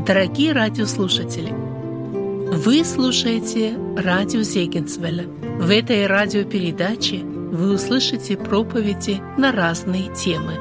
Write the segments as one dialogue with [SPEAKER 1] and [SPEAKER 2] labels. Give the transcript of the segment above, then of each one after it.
[SPEAKER 1] Дорогие радиослушатели, вы слушаете радио Зегенсвелля. В этой радиопередаче вы услышите проповеди на разные темы.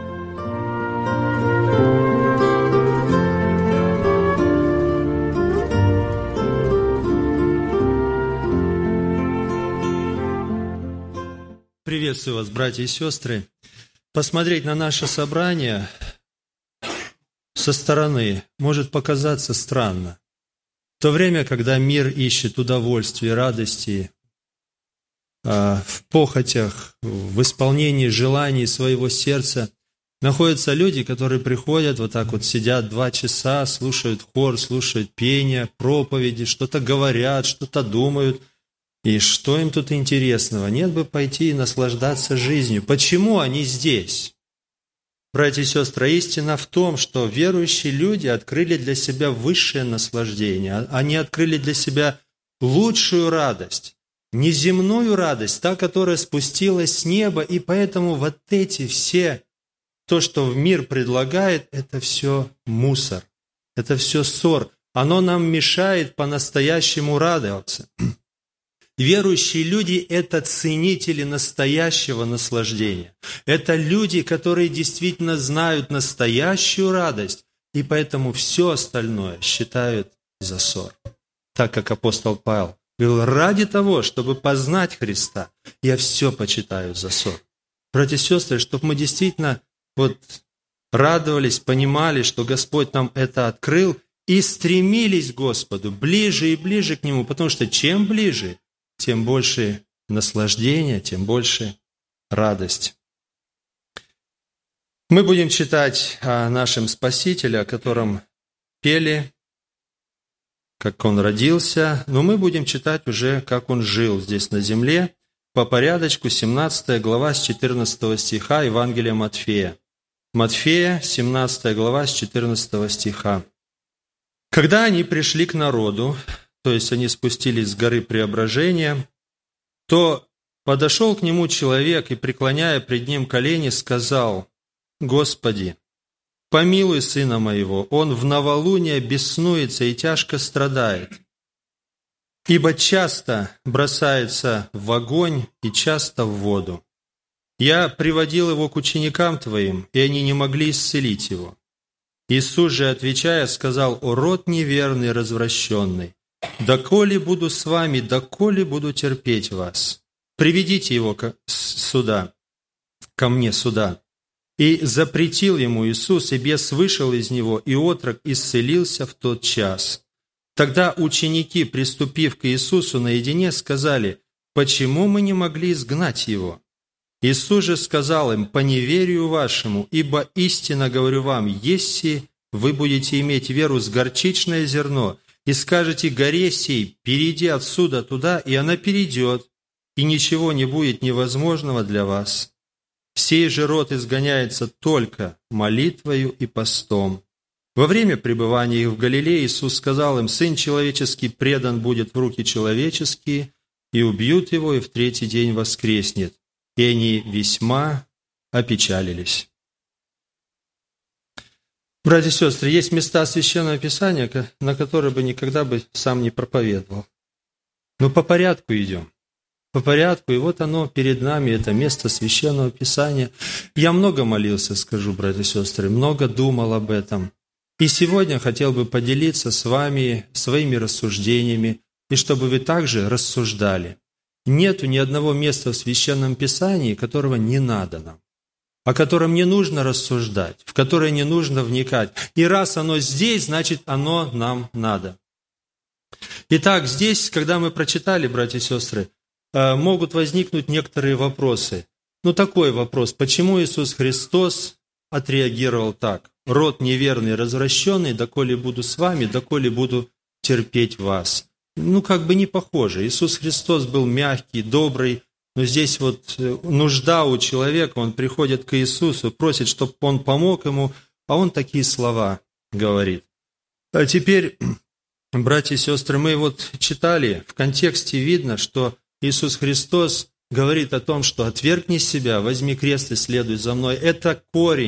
[SPEAKER 2] Приветствую вас, братья и сестры. Посмотреть на наше собрание со стороны может показаться странно. В то время, когда мир ищет удовольствия, радости, в похотях, в исполнении желаний своего сердца, находятся люди, которые приходят, вот так вот сидят 2 часа, слушают хор, слушают пение, проповеди, что-то говорят, что-то думают. И что им тут интересного? Нет бы пойти и наслаждаться жизнью. Почему они здесь? Братья и сестры, истина в том, что верующие люди открыли для себя высшее наслаждение. Они открыли для себя лучшую радость, неземную радость, та, которая спустилась с неба. И поэтому вот эти все, то, что в мир предлагает, это все мусор, это все ссор. Оно нам мешает по-настоящему радоваться. Верующие люди – это ценители настоящего наслаждения. Это люди, которые действительно знают настоящую радость, и поэтому все остальное считают за ссор. Так как апостол Павел говорил: ради того, чтобы познать Христа, я все почитаю за ссор. Братья и сестры, чтобы мы действительно радовались, понимали, что Господь нам это открыл, и стремились к Господу ближе и ближе к Нему, потому что чем ближе, тем больше наслаждения, тем больше радость. Мы будем читать о нашем Спасителе, о котором пели, как Он родился, но мы будем читать уже, как Он жил здесь на земле, по порядочку, 17 глава с 14 стиха Евангелия Матфея. Матфея, 17 глава с 14 стиха. «Когда они пришли к народу, то есть они спустились с горы Преображения, то подошел к нему человек и, преклоняя пред ним колени, сказал: «Господи, помилуй сына моего, он в новолуние беснуется и тяжко страдает, ибо часто бросается в огонь и часто в воду. Я приводил его к ученикам твоим, и они не могли исцелить его». Иисус же, отвечая, сказал: «О род неверный и развращенный, доколе буду с вами, доколе буду терпеть вас? Приведите его ко мне сюда». И запретил ему Иисус, и бес вышел из него, и отрок исцелился в тот час. Тогда ученики, приступив к Иисусу наедине, сказали: «Почему мы не могли изгнать его?» Иисус же сказал им: «По неверию вашему, ибо истинно говорю вам, если вы будете иметь веру с горчичное зерно, и скажете горе сей: перейди отсюда туда, и она перейдет, и ничего не будет невозможного для вас. Сей же род изгоняется только молитвою и постом». Во время пребывания их в Галилее Иисус сказал им: «Сын человеческий предан будет в руки человеческие, и убьют его, и в 3-й день воскреснет». И они весьма опечалились. Братья и сестры, есть места Священного Писания, на которые бы никогда бы сам не проповедовал. Но по порядку идем. По порядку, и вот оно перед нами, это место Священного Писания. Я много молился, скажу, братья и сестры, много думал об этом. И сегодня хотел бы поделиться с вами своими рассуждениями, и чтобы вы также рассуждали. Нету ни одного места в Священном Писании, которого не надо нам, о котором не нужно рассуждать, в которое не нужно вникать. И раз оно здесь, значит, оно нам надо. Итак, здесь, когда мы прочитали, братья и сестры, могут возникнуть некоторые вопросы. Такой вопрос: почему Иисус Христос отреагировал так? «Род неверный, развращенный, доколе буду с вами, доколе буду терпеть вас». Не похоже. Иисус Христос был мягкий, добрый, но здесь нужда у человека, он приходит к Иисусу, просит, чтобы он помог ему, а он такие слова говорит. А теперь, братья и сестры, мы читали, в контексте видно, что Иисус Христос говорит о том, что «отвергни себя, возьми крест и следуй за мной». Это корень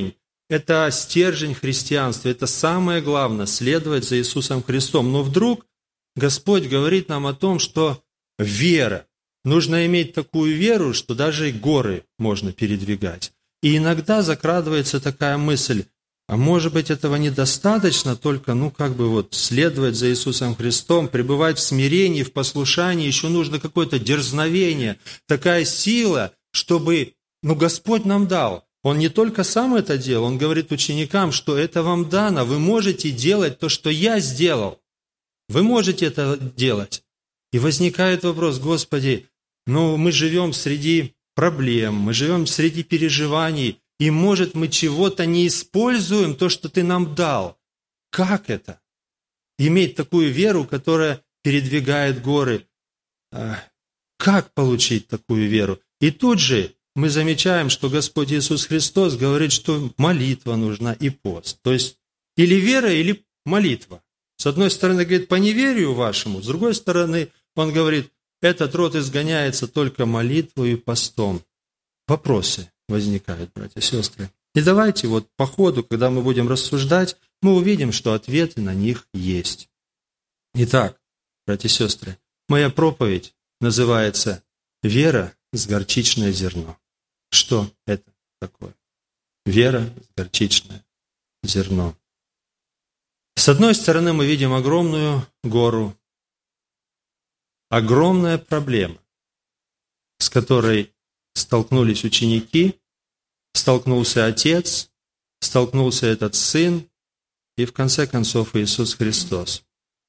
[SPEAKER 2] это стержень христианства, это самое главное, следовать за Иисусом Христом. Но вдруг Господь говорит нам о том, что вера, нужно иметь такую веру, что даже и горы можно передвигать. И иногда закрадывается такая мысль, а может быть, этого недостаточно, только, следовать за Иисусом Христом, пребывать в смирении, в послушании, еще нужно какое-то дерзновение, такая сила, чтобы, Господь нам дал. Он не только сам это делал, Он говорит ученикам, что это вам дано, вы можете делать то, что я сделал. Вы можете это делать. И возникает вопрос, Господи, мы живем среди проблем, мы живем среди переживаний, и, может, мы чего-то не используем, то, что Ты нам дал. Как это? Иметь такую веру, которая передвигает горы. Как получить такую веру? И тут же мы замечаем, что Господь Иисус Христос говорит, что молитва нужна и пост. То есть или вера, или молитва. С одной стороны, говорит, по неверию вашему, с другой стороны, Он говорит, этот род изгоняется только молитвой и постом. Вопросы возникают, братья и сестры. И давайте по ходу, когда мы будем рассуждать, мы увидим, что ответы на них есть. Итак, братья и сестры, моя проповедь называется «Вера с горчичное зерно». Что это такое? Вера с горчичное зерно. С одной стороны, мы видим огромную гору, огромная проблема, с которой столкнулись ученики, столкнулся Отец, столкнулся этот Сын и, в конце концов, Иисус Христос.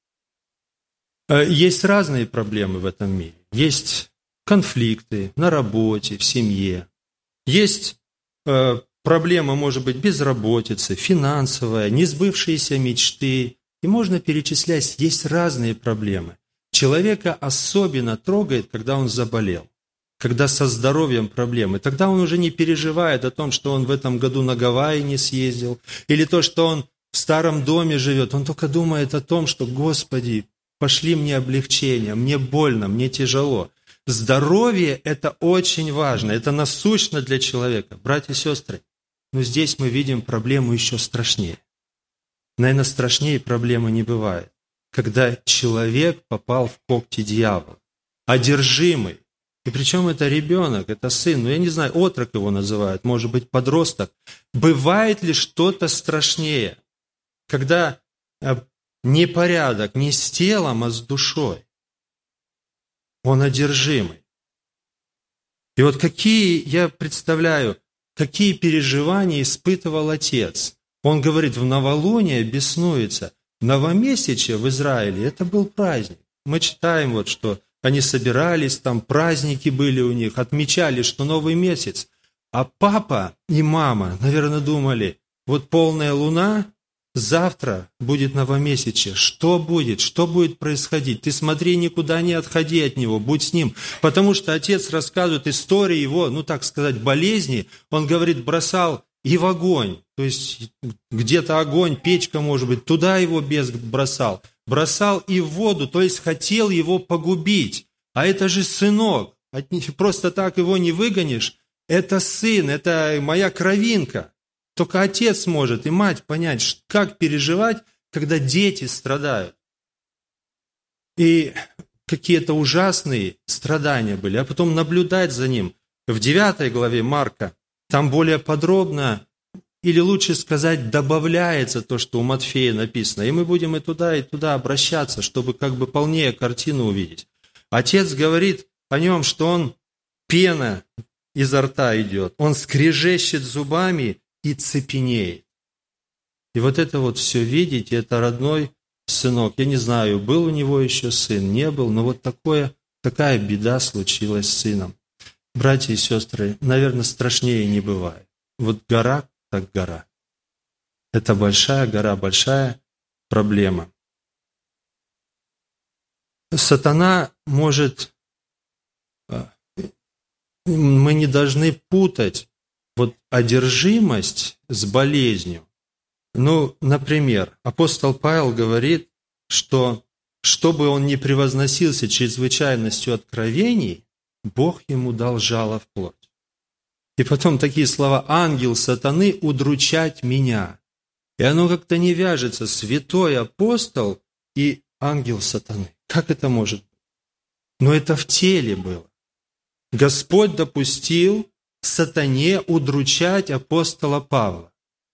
[SPEAKER 2] Есть разные проблемы в этом мире. Есть конфликты на работе, в семье. Есть проблема, может быть, безработицы, финансовая, несбывшиеся мечты. И можно перечислять, есть разные проблемы. Человека особенно трогает, когда он заболел. Когда со здоровьем проблемы, тогда он уже не переживает о том, что он в этом году на Гавайи не съездил, или то, что он в старом доме живет. Он только думает о том, что, Господи, пошли мне облегчение, мне больно, мне тяжело. Здоровье – это очень важно, это насущно для человека. Братья и сестры, но здесь мы видим проблему еще страшнее. Наверное, страшнее проблемы не бывает. Когда человек попал в когти дьявола, одержимый. И причем это ребенок, это сын, я не знаю, отрок его называют, может быть, подросток. Бывает ли что-то страшнее, когда непорядок не с телом, а с душой? Он одержимый. И я представляю, какие переживания испытывал отец. Он говорит, в новолуние беснуется. Новомесячие в Израиле, это был праздник. Мы читаем, что они собирались, там праздники были у них, отмечали, что новый месяц. А папа и мама, наверное, думали, полная луна, завтра будет новомесячие. Что будет? Что будет происходить? Ты смотри, никуда не отходи от него, будь с ним. Потому что отец рассказывает истории его, болезни. Он говорит, бросал и в огонь. То есть где-то огонь, печка, может быть, туда его бес бросал. Бросал и в воду, то есть хотел его погубить. А это же сынок, просто так его не выгонишь. Это сын, это моя кровинка. Только отец может и мать понять, как переживать, когда дети страдают. И какие-то ужасные страдания были, а потом наблюдать за ним. В 9 главе Марка там более подробно, или лучше сказать, добавляется то, что у Матфея написано. И мы будем и туда обращаться, чтобы полнее картину увидеть. Отец говорит о нем, что он пена изо рта идет, он скрежещет зубами и цепенеет. И это все видеть, это родной сынок. Я не знаю, был у него еще сын, не был, но такая беда случилась с сыном. Братья и сестры, наверное, страшнее не бывает. Гора так гора. Это большая гора, большая проблема. Сатана может... Мы не должны путать одержимость с болезнью. Например, апостол Павел говорит, что чтобы он не превозносился чрезвычайностью откровений, Бог ему дал жало в плоть. И потом такие слова: «ангел сатаны удручать меня». И оно как-то не вяжется. Святой апостол и ангел сатаны. Как это может быть? Но это в теле было. Господь допустил сатане удручать апостола Павла,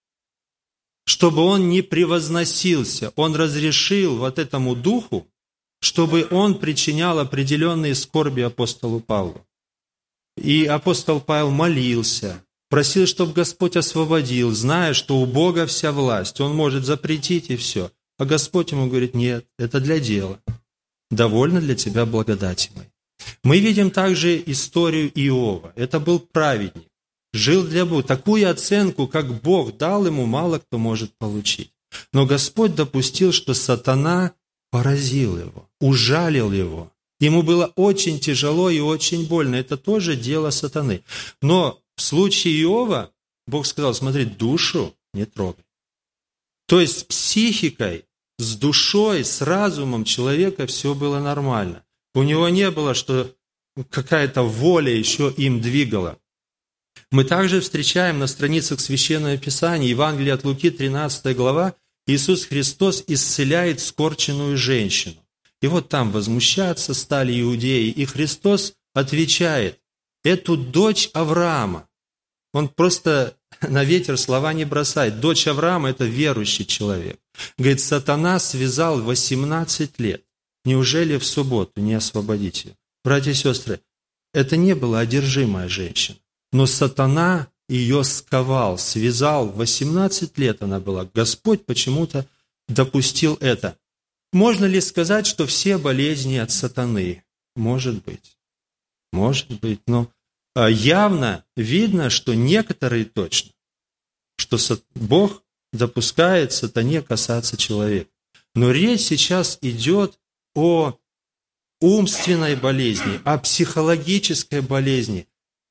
[SPEAKER 2] чтобы он не превозносился. Он разрешил вот этому духу, чтобы он причинял определенные скорби апостолу Павлу. И апостол Павел молился, просил, чтобы Господь освободил, зная, что у Бога вся власть. Он может запретить и все. А Господь ему говорит: нет, это для дела. Довольно для тебя благодати моей. Мы видим также историю Иова. Это был праведник, жил для Бога. Такую оценку, как Бог дал ему, мало кто может получить. Но Господь допустил, что сатана поразил его, ужалил его. Ему было очень тяжело и очень больно. Это тоже дело сатаны. Но в случае Иова Бог сказал: смотри, душу не трогай. То есть с психикой, с душой, с разумом человека все было нормально. У него не было, что какая-то воля еще им двигала. Мы также встречаем на страницах Священного Писания, Евангелие от Луки, 13 глава, Иисус Христос исцеляет скорченную женщину. И вот там возмущаться стали иудеи, и Христос отвечает: эту дочь Авраама. Он просто на ветер слова не бросает. Дочь Авраама – это верующий человек. Говорит, сатана связал 18 лет. Неужели в субботу не освободить ее? Братья и сестры, это не была одержимая женщина. Но сатана ее сковал, связал. 18 лет она была. Господь почему-то допустил это. Можно ли сказать, что все болезни от сатаны? Может быть. Может быть, но явно видно, что некоторые точно, что Бог допускает сатане касаться человека. Но речь сейчас идет о умственной болезни, о психологической болезни.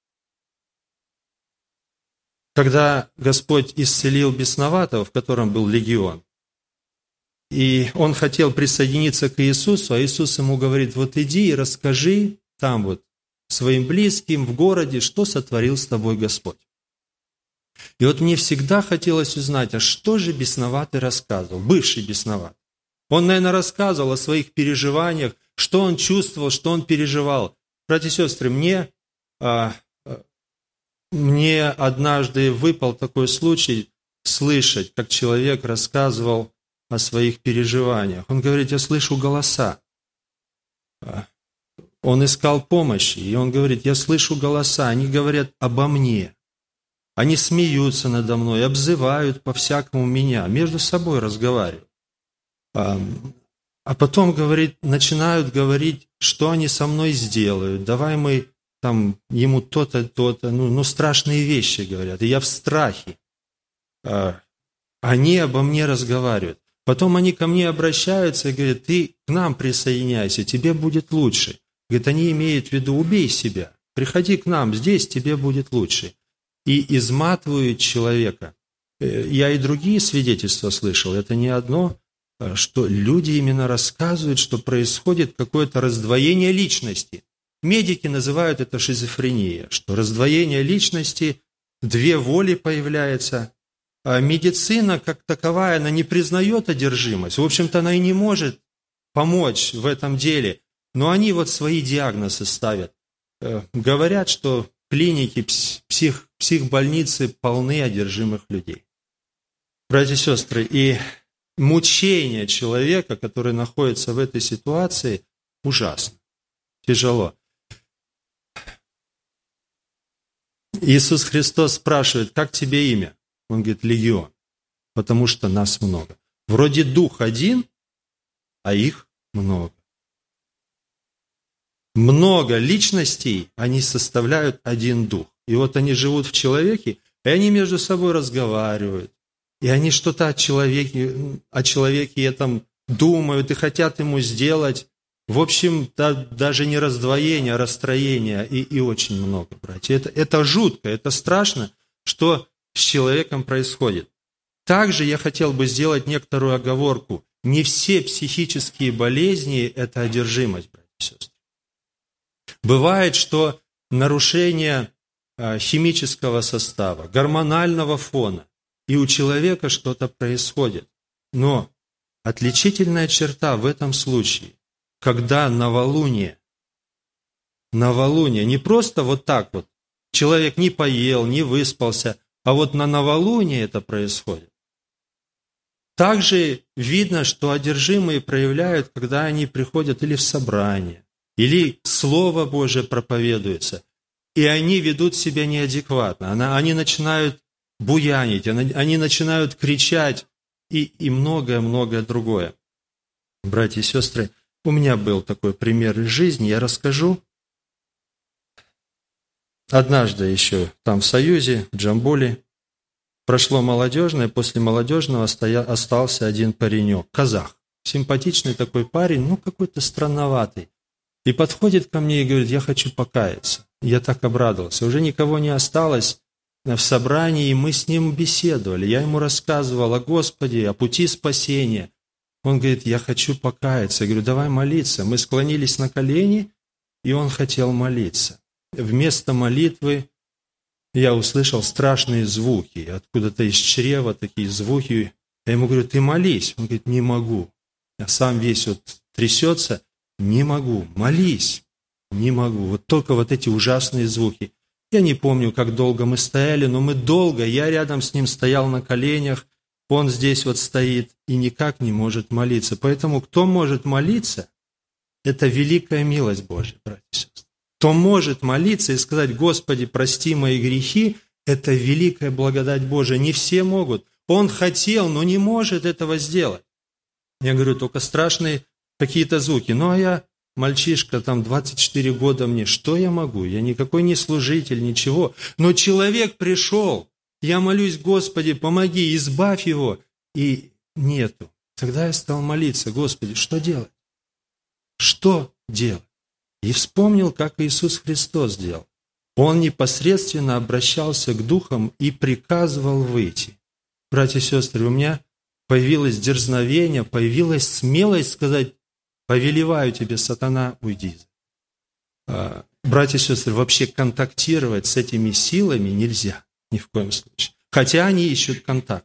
[SPEAKER 2] Когда Господь исцелил бесноватого, в котором был легион, и он хотел присоединиться к Иисусу, а Иисус ему говорит: вот иди и расскажи там вот своим близким в городе, что сотворил с тобой Господь. И вот мне всегда хотелось узнать, а что же бесноватый рассказывал, бывший бесноватый. Он, наверное, рассказывал о своих переживаниях, что он чувствовал, что он переживал. Братья и сестры, мне однажды выпал такой случай слышать, как человек рассказывал о своих переживаниях. Он говорит: я слышу голоса. Он искал помощи, и он говорит: я слышу голоса, они говорят обо мне. Они смеются надо мной, обзывают по-всякому меня, между собой разговаривают. А потом, говорит, начинают говорить, что они со мной сделают. Давай мы там ему то-то, то-то. Страшные вещи говорят. И я в страхе. Они обо мне разговаривают. Потом они ко мне обращаются и говорят: ты к нам присоединяйся, тебе будет лучше. Говорит, они имеют в виду: убей себя, приходи к нам, здесь тебе будет лучше. И изматывают человека. Я и другие свидетельства слышал, это не одно, что люди именно рассказывают, что происходит какое-то раздвоение личности. Медики называют это шизофрения, что раздвоение личности, две воли появляются. А медицина как таковая, она не признает одержимость. В общем-то, она и не может помочь в этом деле. Но они вот свои диагнозы ставят. Говорят, что клиники, психбольницы полны одержимых людей. Братья и сестры, и мучение человека, который находится в этой ситуации, ужасно, тяжело. Иисус Христос спрашивает: как тебе имя? Он говорит: легион, потому что нас много. Вроде дух один, а их много. Много личностей, они составляют один дух. И вот они живут в человеке, и они между собой разговаривают. И они что-то о человеке этом думают и хотят ему сделать. В общем, даже не раздвоение, а расстроение. И очень много, братья. Это жутко, это страшно, что с человеком происходит. Также я хотел бы сделать некоторую оговорку. Не все психические болезни – это одержимость, братья и сестры. Бывает, что нарушение химического состава, гормонального фона, и у человека что-то происходит. Но отличительная черта в этом случае, когда новолуние, не просто вот так вот, человек не поел, не выспался, а вот на новолуние это происходит. Также видно, что одержимые проявляют, когда они приходят или в собрание, или Слово Божие проповедуется, и они ведут себя неадекватно, они начинают буянить, они начинают кричать и многое-многое другое. Братья и сестры, у меня был такой пример из жизни, я расскажу. Однажды еще там в Союзе, в Джамбуле, прошло молодежное, после молодежного остался один паренек, казах. Симпатичный такой парень, какой-то странноватый. И подходит ко мне и говорит: я хочу покаяться. Я так обрадовался. Уже никого не осталось в собрании, и мы с ним беседовали. Я ему рассказывал о Господе, о пути спасения. Он говорит: я хочу покаяться. Я говорю: давай молиться. Мы склонились на колени, и он хотел молиться. Вместо молитвы я услышал страшные звуки, откуда-то из чрева такие звуки. Я ему говорю: ты молись. Он говорит: не могу. Я сам весь трясется. Не могу. Молись. Не могу. Вот только вот эти ужасные звуки. Я не помню, как долго мы стояли, но мы долго. Я рядом с ним стоял на коленях. Он здесь стоит и никак не может молиться. Поэтому кто может молиться, это великая милость Божья, братья и сестры. Кто может молиться и сказать: Господи, прости мои грехи, это великая благодать Божия. Не все могут. Он хотел, но не может этого сделать. Я говорю: только страшные какие-то звуки. А я мальчишка, 24 года мне, что я могу? Я никакой не служитель, ничего. Но человек пришел, я молюсь: Господи, помоги, избавь его. И нету. Тогда я стал молиться: Господи, что делать? Что делать? И вспомнил, как Иисус Христос сделал. Он непосредственно обращался к духам и приказывал выйти. Братья и сестры, у меня появилось дерзновение, появилась смелость сказать: повелеваю тебе, сатана, уйди. Братья и сестры, вообще контактировать с этими силами нельзя ни в коем случае. Хотя они ищут контакт.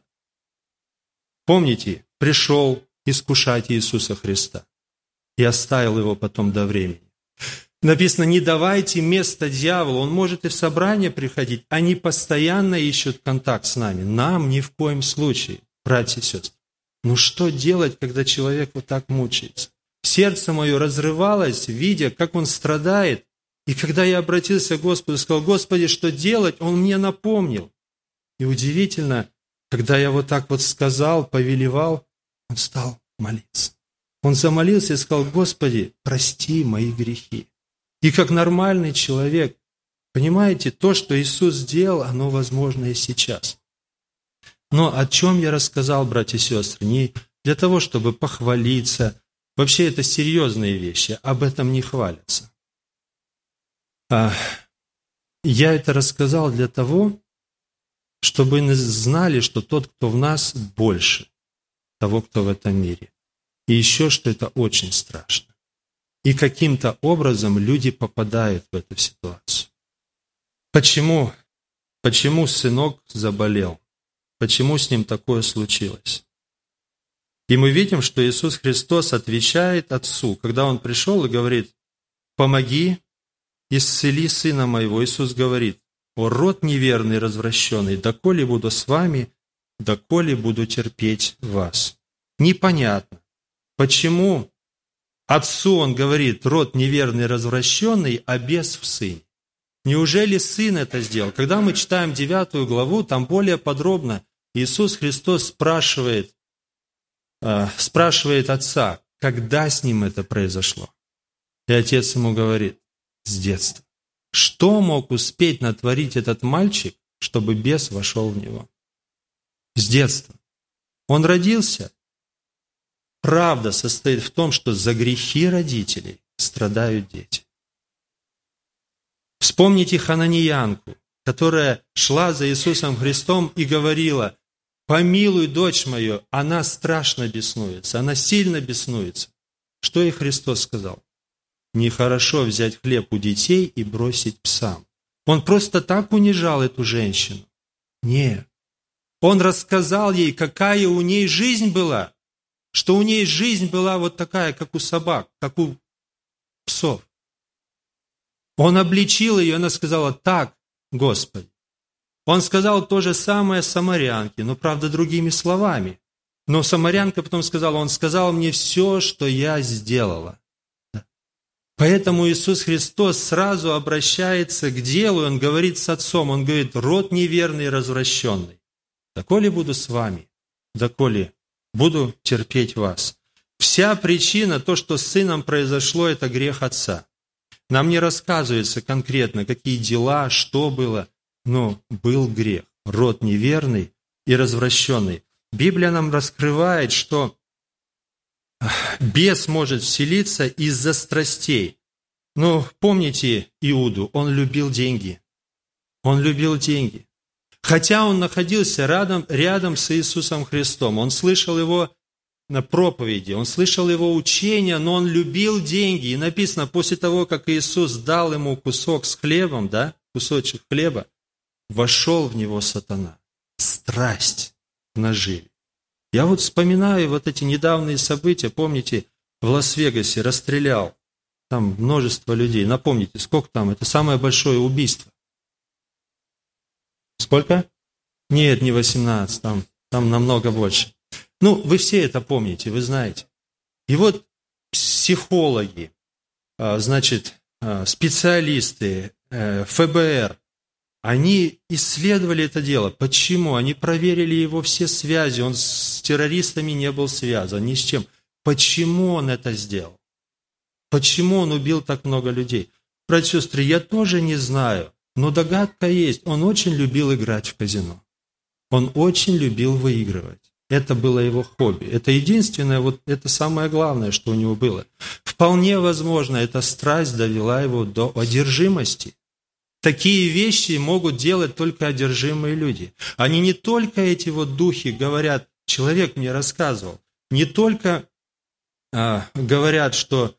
[SPEAKER 2] Помните, пришел искушать Иисуса Христа и оставил его потом до времени. Написано: не давайте место дьяволу. Он может и в собрание приходить. Они постоянно ищут контакт с нами. Нам ни в коем случае, братья и сестры. Что делать, когда человек вот так мучается? Сердце мое разрывалось, видя, как он страдает. И когда я обратился к Господу, сказал: Господи, что делать? Он мне напомнил. И удивительно, когда я так сказал, повелевал, он стал молиться. Он замолился и сказал: Господи, прости мои грехи. И как нормальный человек, понимаете, то, что Иисус сделал, оно возможно и сейчас. Но о чем я рассказал, братья и сестры, не для того, чтобы похвалиться. Вообще это серьезные вещи, об этом не хвалятся. Я это рассказал для того, чтобы мы знали, что тот, кто в нас, больше того, кто в этом мире. И еще, что это очень страшно. И каким-то образом люди попадают в эту ситуацию. Почему? Почему сынок заболел? Почему с ним такое случилось? И мы видим, что Иисус Христос отвечает Отцу, когда Он пришел и говорит: помоги, исцели сына моего. Иисус говорит: о род неверный, развращенный, доколе буду с вами, доколе буду терпеть вас. Непонятно, почему Отцу Он говорит: род неверный, развращенный, а бес в сыне. Неужели Сын это сделал? Когда мы читаем 9 главу, там более подробно Иисус Христос спрашивает Отца, когда с Ним это произошло. И Отец Ему говорит: с детства. Что мог успеть натворить этот мальчик, чтобы бес вошел в него? С детства. Он родился. Правда состоит в том, что за грехи родителей страдают дети. Вспомните хананиянку, которая шла за Иисусом Христом и говорила: помилуй дочь мою, она страшно беснуется, она сильно беснуется. Что ей Христос сказал? Нехорошо взять хлеб у детей и бросить псам. Он просто так унижал эту женщину? Нет. Он рассказал ей, какая у ней жизнь была, что у ней жизнь была вот такая, как у собак, как у псов. Он обличил ее, она сказала: так, Господи. Он сказал то же самое самарянке, но, правда, другими словами. Но самарянка потом сказала: он сказал мне все, что я сделала. Поэтому Иисус Христос сразу обращается к делу, Он говорит с Отцом, Он говорит: род неверный и развращенный. Доколе буду с вами, доколе буду терпеть вас. Вся причина, то, что с сыном произошло, это грех Отца. Нам не рассказывается конкретно, какие дела, что было, но был грех, род неверный и развращенный. Библия нам раскрывает, что бес может вселиться из-за страстей. Но помните Иуду, он любил деньги. Он любил деньги. Хотя он находился рядом с Иисусом Христом, он слышал его на проповеди, он слышал его учения, но он любил деньги. И написано, после того, как Иисус дал ему кусок с хлебом, кусочек хлеба, вошел в него сатана. Страсть в наживе. Я вот вспоминаю вот эти недавние события. Помните, в Лас-Вегасе расстрелял там множество людей. Напомните, сколько там? Это самое большое убийство. Сколько? Нет, не 18, там намного больше. Вы все это помните, вы знаете. И вот психологи, специалисты, ФБР, они исследовали это дело. Почему? Они проверили его все связи. Он с террористами не был связан, ни с чем. Почему он это сделал? Почему он убил так много людей? Братья и сестры, я тоже не знаю, но догадка есть. Он очень любил играть в казино. Он очень любил выигрывать. Это было его хобби. Это единственное, это самое главное, что у него было. Вполне возможно, эта страсть довела его до одержимости. Такие вещи могут делать только одержимые люди. Они не только эти духи говорят, человек мне рассказывал, не только говорят, что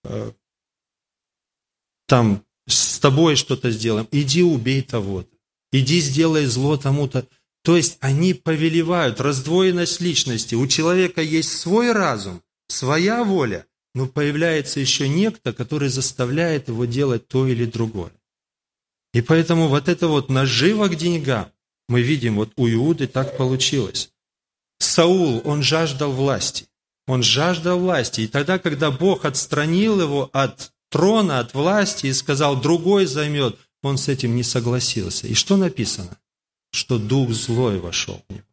[SPEAKER 2] там с тобой что-то сделаем, иди убей того-то, иди сделай зло тому-то. То есть они повелевают, раздвоенность личности. У человека есть свой разум, своя воля, но появляется еще некто, который заставляет его делать то или другое. И поэтому эта нажива к деньгам, мы видим, у Иуды так получилось. Саул, он жаждал власти. Он жаждал власти. И тогда, когда Бог отстранил его от трона, от власти и сказал, другой займет, он с этим не согласился. И что написано? Что дух злой вошел в него.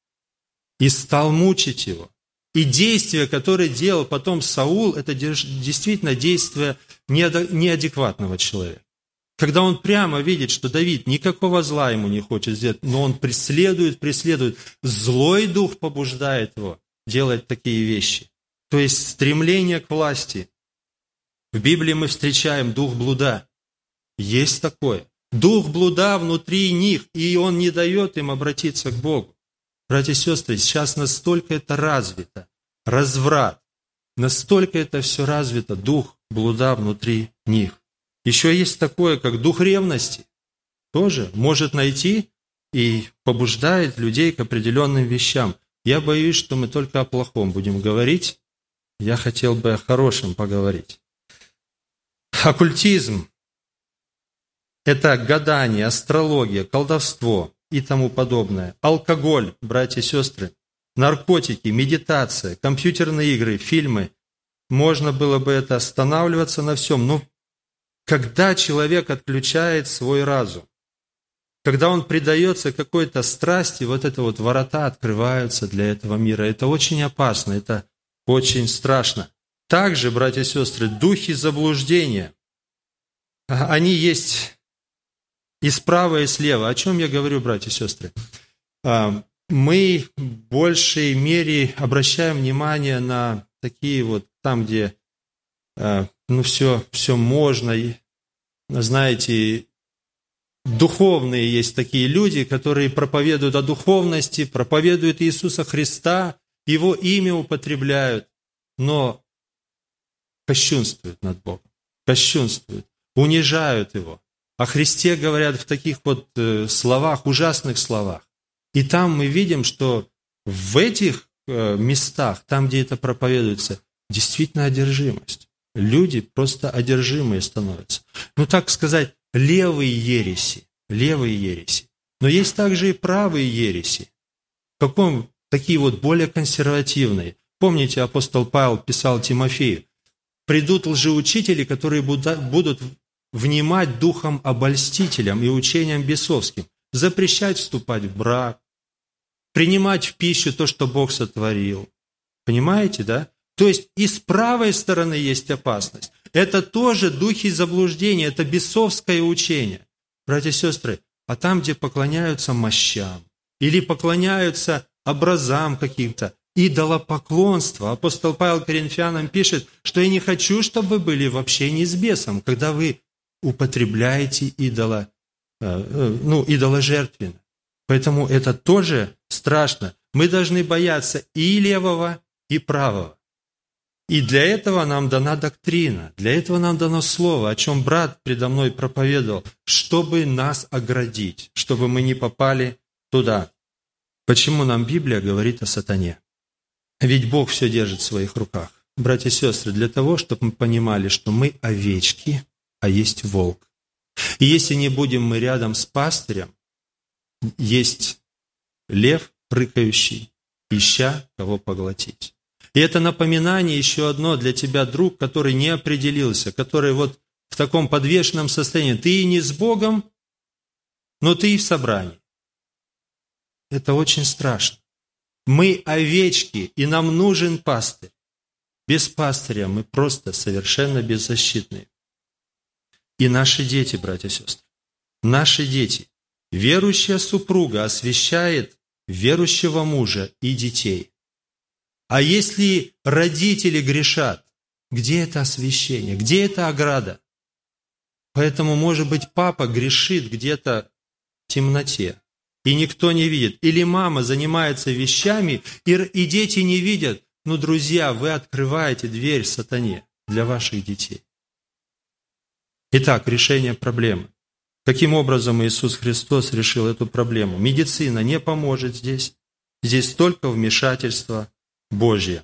[SPEAKER 2] И стал мучить его. И действие, которое делал потом Саул, это действительно действие неадекватного человека. Когда он прямо видит, что Давид никакого зла ему не хочет сделать, но он преследует, злой дух побуждает его делать такие вещи. То есть стремление к власти. В Библии мы встречаем дух блуда. Есть такое. Дух блуда внутри них, и он не дает им обратиться к Богу. Братья и сестры, сейчас настолько это развито, разврат, настолько это все развито, дух блуда внутри них. Еще есть такое, как дух ревности. Тоже может найти и побуждает людей к определенным вещам. Я боюсь, что мы только о плохом будем говорить. Я хотел бы о хорошем поговорить. Оккультизм – это гадание, астрология, колдовство и тому подобное. Алкоголь, братья и сестры, наркотики, медитация, компьютерные игры, фильмы. Можно было бы это останавливаться на всем, но когда человек отключает свой разум, когда он предается какой-то страсти, ворота открываются для этого мира. Это очень опасно, это очень страшно. Также, братья и сестры, духи заблуждения, они есть и справа, и слева. О чем я говорю, братья и сестры? Мы в большей мере обращаем внимание на такие там, где все можно. Знаете, духовные есть такие люди, которые проповедуют о духовности, проповедуют Иисуса Христа, Его имя употребляют, но кощунствуют над Богом, кощунствуют, унижают Его. О Христе говорят в таких вот словах, ужасных словах. И там мы видим, что в этих местах, там, где это проповедуется, действительно одержимость. Люди просто одержимые становятся. Ну, так сказать, левые ереси. Но есть также и правые ереси. Такие вот более консервативные. Помните, апостол Павел писал Тимофею: «Придут лжеучители, которые будут внимать духом обольстителям и учениям бесовским, запрещать вступать в брак, принимать в пищу то, что Бог сотворил». Понимаете, да? То есть и с правой стороны есть опасность. Это тоже духи заблуждения, это бесовское учение. Братья и сестры, а там, где поклоняются мощам или поклоняются образам каким-то, идолопоклонство. Апостол Павел Коринфянам пишет, что «я не хочу, чтобы вы были в общении с бесом, когда вы употребляете идоложертвенно». Поэтому это тоже страшно. Мы должны бояться и левого, и правого. И для этого нам дана доктрина, для этого нам дано слово, о чем брат предо мной проповедовал, чтобы нас оградить, чтобы мы не попали туда. Почему нам Библия говорит о сатане? Ведь Бог все держит в своих руках. Братья и сестры, для того, чтобы мы понимали, что мы овечки, а есть волк. И если не будем мы рядом с пастырем, есть лев, прыкающий, ища кого поглотить. И это напоминание еще одно для тебя, друг, который не определился, который вот в таком подвешенном состоянии. Ты и не с Богом, но ты и в собрании. Это очень страшно. Мы овечки, и нам нужен пастырь. Без пастыря мы просто совершенно беззащитные. И наши дети, братья и сестры, наши дети, верующая супруга освящает верующего мужа и детей. А если родители грешат, где это освящение, где это ограда? Поэтому, может быть, папа грешит где-то в темноте, и никто не видит. Или мама занимается вещами, и дети не видят. Ну, друзья, вы открываете дверь сатане для ваших детей. Итак, решение проблемы. Каким образом Иисус Христос решил эту проблему? Медицина не поможет здесь. Здесь только вмешательство Божье.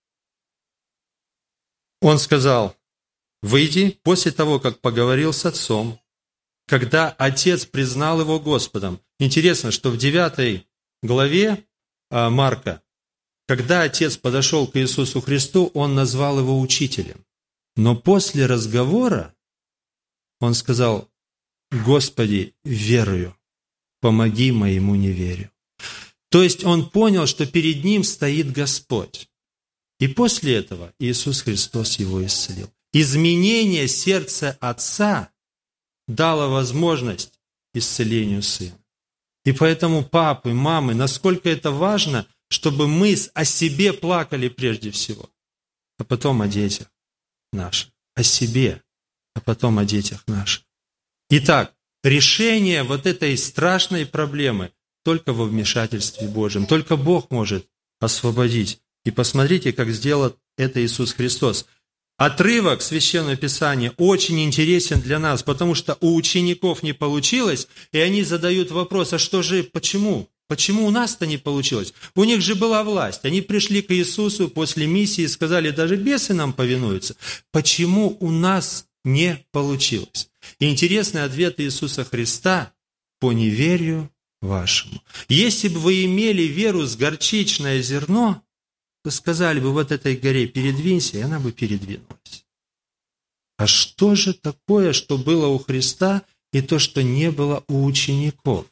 [SPEAKER 2] Он сказал: «Выйди», после того, как поговорил с отцом, когда отец признал его Господом. Интересно, что в 9 главе Марка, когда отец подошел к Иисусу Христу, он назвал его учителем. Но после разговора он сказал: «Господи, верую, помоги моему неверию». То есть он понял, что перед ним стоит Господь. И после этого Иисус Христос его исцелил. Изменение сердца отца дало возможность исцелению сына. И поэтому папы, мамы, насколько это важно, чтобы мы о себе плакали прежде всего, а потом о детях наших. О себе, а потом о детях наших. Итак, решение вот этой страшной проблемы только во вмешательстве Божьем. Только Бог может освободить. И посмотрите, как сделал это Иисус Христос. Отрывок Священного Писания очень интересен для нас, потому что у учеников не получилось, и они задают вопрос: а что же, почему? Почему у нас-то не получилось? У них же была власть. Они пришли к Иисусу после миссии и сказали: даже бесы нам повинуются. Почему у нас не получилось? И интересный ответ Иисуса Христа: по неверию вашему. Если бы вы имели веру с горчичное зерно, то сказали бы: вот этой горе передвинься, и она бы передвинулась. А что же такое, что было у Христа, и то, что не было у учеников?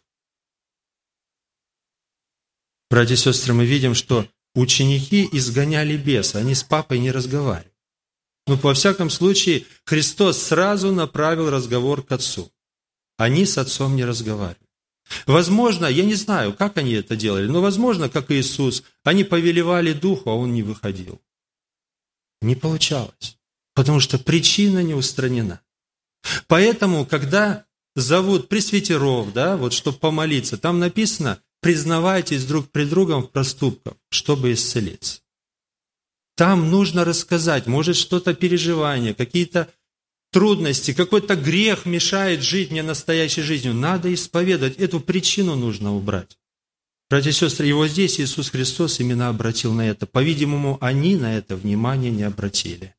[SPEAKER 2] Братья и сестры, мы видим, что ученики изгоняли беса, они с папой не разговаривали. Но, во всяком случае, Христос сразу направил разговор к Отцу. Они с Отцом не разговаривали. Возможно, я не знаю, как они это делали, но, возможно, как Иисус, они повелевали Духу, а Он не выходил. Не получалось, потому что причина не устранена. Поэтому, когда зовут пресвитеров, вот чтобы помолиться, там написано: признавайтесь друг пред другом в проступках, чтобы исцелиться. Там нужно рассказать, может, что-то переживания, какие-то трудности, какой-то грех мешает жить мне настоящей жизнью. Надо исповедать, эту причину нужно убрать. Братья и сестры, и вот здесь Иисус Христос именно обратил на это. По-видимому, они на это внимание не обратили.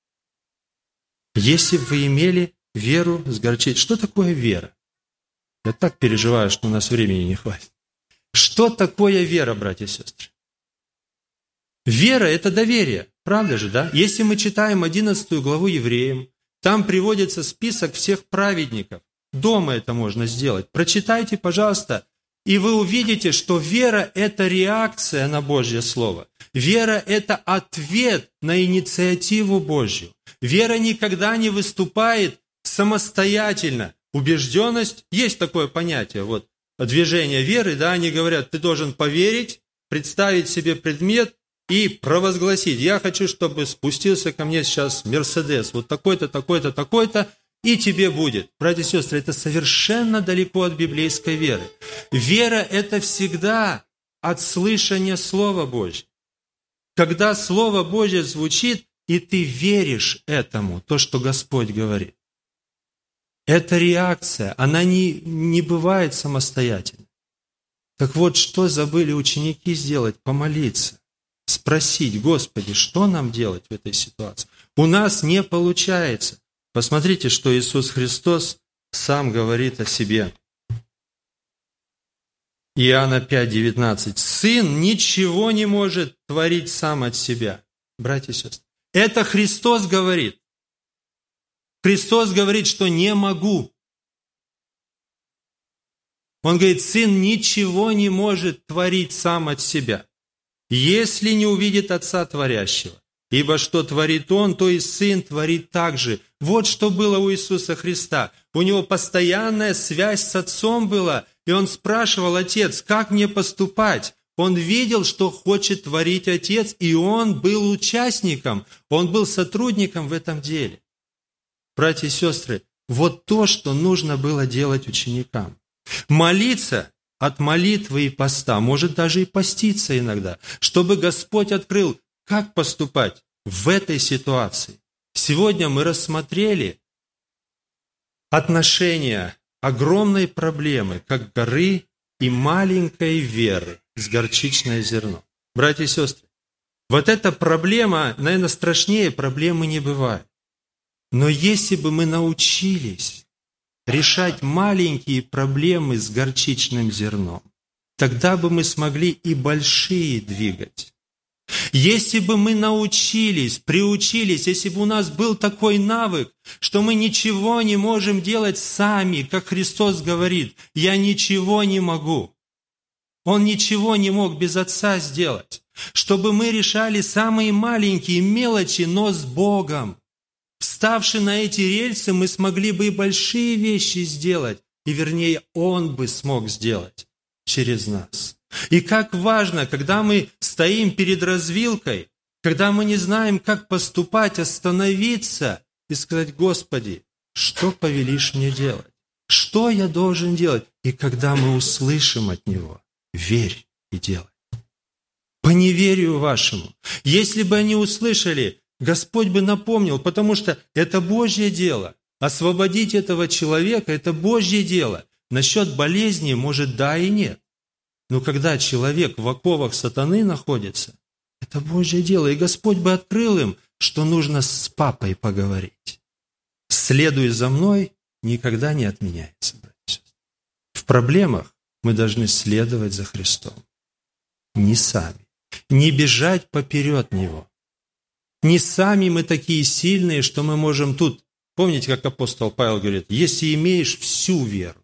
[SPEAKER 2] Если бы вы имели веру с горчицей. Что такое вера? Я так переживаю, что у нас времени не хватит. Что такое вера, братья и сестры? Вера – это доверие, правда же, да? Если мы читаем 11 главу Евреям, там приводится список всех праведников. Дома это можно сделать. Прочитайте, пожалуйста, и вы увидите, что вера – это реакция на Божье Слово. Вера – это ответ на инициативу Божью. Вера никогда не выступает самостоятельно. Убежденность – есть такое понятие, вот, движение веры, да, они говорят, ты должен поверить, представить себе предмет и провозгласить. Я хочу, чтобы спустился ко мне сейчас Мерседес, вот такой-то, такой-то, такой-то, и тебе будет. Братья и сестры, это совершенно далеко от библейской веры. Вера – это всегда от слышания Слова Божьего. Когда Слово Божье звучит, и ты веришь этому, то, что Господь говорит. Это реакция, она не бывает самостоятельной. Так вот, что забыли ученики сделать? Помолиться, спросить, Господи, что нам делать в этой ситуации? У нас не получается. Посмотрите, что Иисус Христос сам говорит о себе. Иоанна 5:19. Сын ничего не может творить сам от себя. Братья и сестры, это Христос говорит. Христос говорит, что не могу. Он говорит, Сын ничего не может творить сам от себя, если не увидит Отца Творящего. Ибо что творит Он, то и Сын творит так же. Вот что было у Иисуса Христа. У Него постоянная связь с Отцом была, и Он спрашивал, Отец, как мне поступать? Он видел, что хочет творить Отец, и Он был участником, Он был сотрудником в этом деле. Братья и сестры, вот то, что нужно было делать ученикам. Молиться от молитвы и поста, может даже и поститься иногда, чтобы Господь открыл, как поступать в этой ситуации. Сегодня мы рассмотрели отношения огромной проблемы, как горы и маленькой веры с горчичное зерно. Братья и сестры, вот эта проблема, наверное, страшнее проблемы не бывает. Но если бы мы научились решать маленькие проблемы с горчичным зерном, тогда бы мы смогли и большие двигать. Если бы мы научились, приучились, если бы у нас был такой навык, что мы ничего не можем делать сами, как Христос говорит, «Я ничего не могу». Он ничего не мог без Отца сделать. Чтобы мы решали самые маленькие мелочи, но с Богом. Вставши на эти рельсы, мы смогли бы и большие вещи сделать, и вернее, Он бы смог сделать через нас. И как важно, когда мы стоим перед развилкой, когда мы не знаем, как поступать, остановиться и сказать, Господи, что повелишь мне делать? Что я должен делать? И когда мы услышим от Него, верь и делай. По неверию вашему. Если бы они услышали, Господь бы напомнил, потому что это Божье дело. Освободить этого человека – это Божье дело. Насчет болезни, может, да и нет. Но когда человек в оковах сатаны находится, это Божье дело. И Господь бы открыл им, что нужно с папой поговорить. «Следуй за мной» никогда не отменяется, братья и сестры. В проблемах мы должны следовать за Христом. Не сами. Не бежать поперед Него. Не сами мы такие сильные, что мы можем тут... Помните, как апостол Павел говорит, если имеешь всю веру.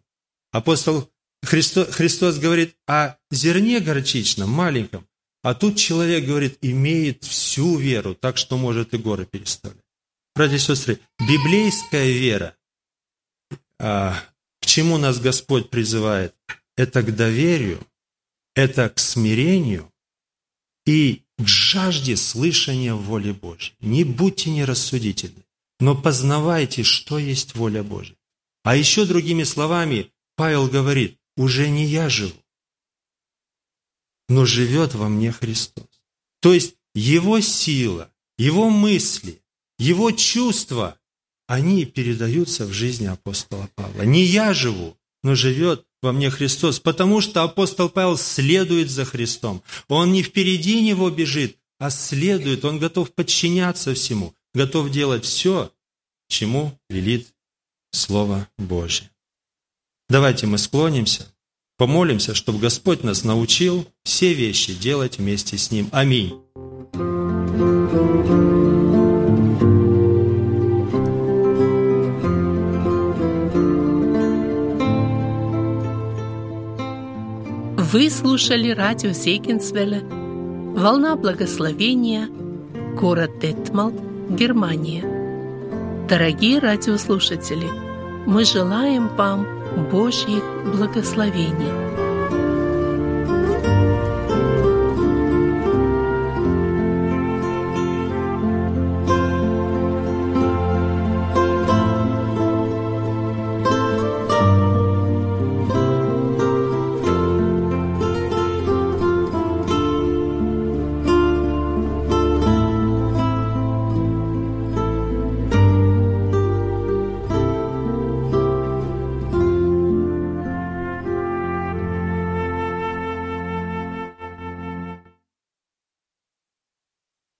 [SPEAKER 2] Христос говорит о зерне горчичном, маленьком, а тут человек говорит, имеет всю веру, так что может и горы переставлять. Братья и сестры, библейская вера, к чему нас Господь призывает, это к доверию, это к смирению и к жажде слышания воли Божьей. Не будьте нерассудительны, но познавайте, что есть воля Божья. А еще другими словами, Павел говорит, уже не я живу, но живет во мне Христос. То есть Его сила, Его мысли, Его чувства, они передаются в жизни апостола Павла. Не я живу, но живет во мне Христос, потому что апостол Павел следует за Христом. Он не впереди Него бежит, а следует, он готов подчиняться всему, готов делать все, чему велит Слово Божье. Давайте мы склонимся, помолимся, чтобы Господь нас научил все вещи делать вместе с Ним. Аминь.
[SPEAKER 1] Вы слушали радио Зегенсвелля, «Волна благословения», город Детмалт, Германия. Дорогие радиослушатели, мы желаем вам Божьих благословений.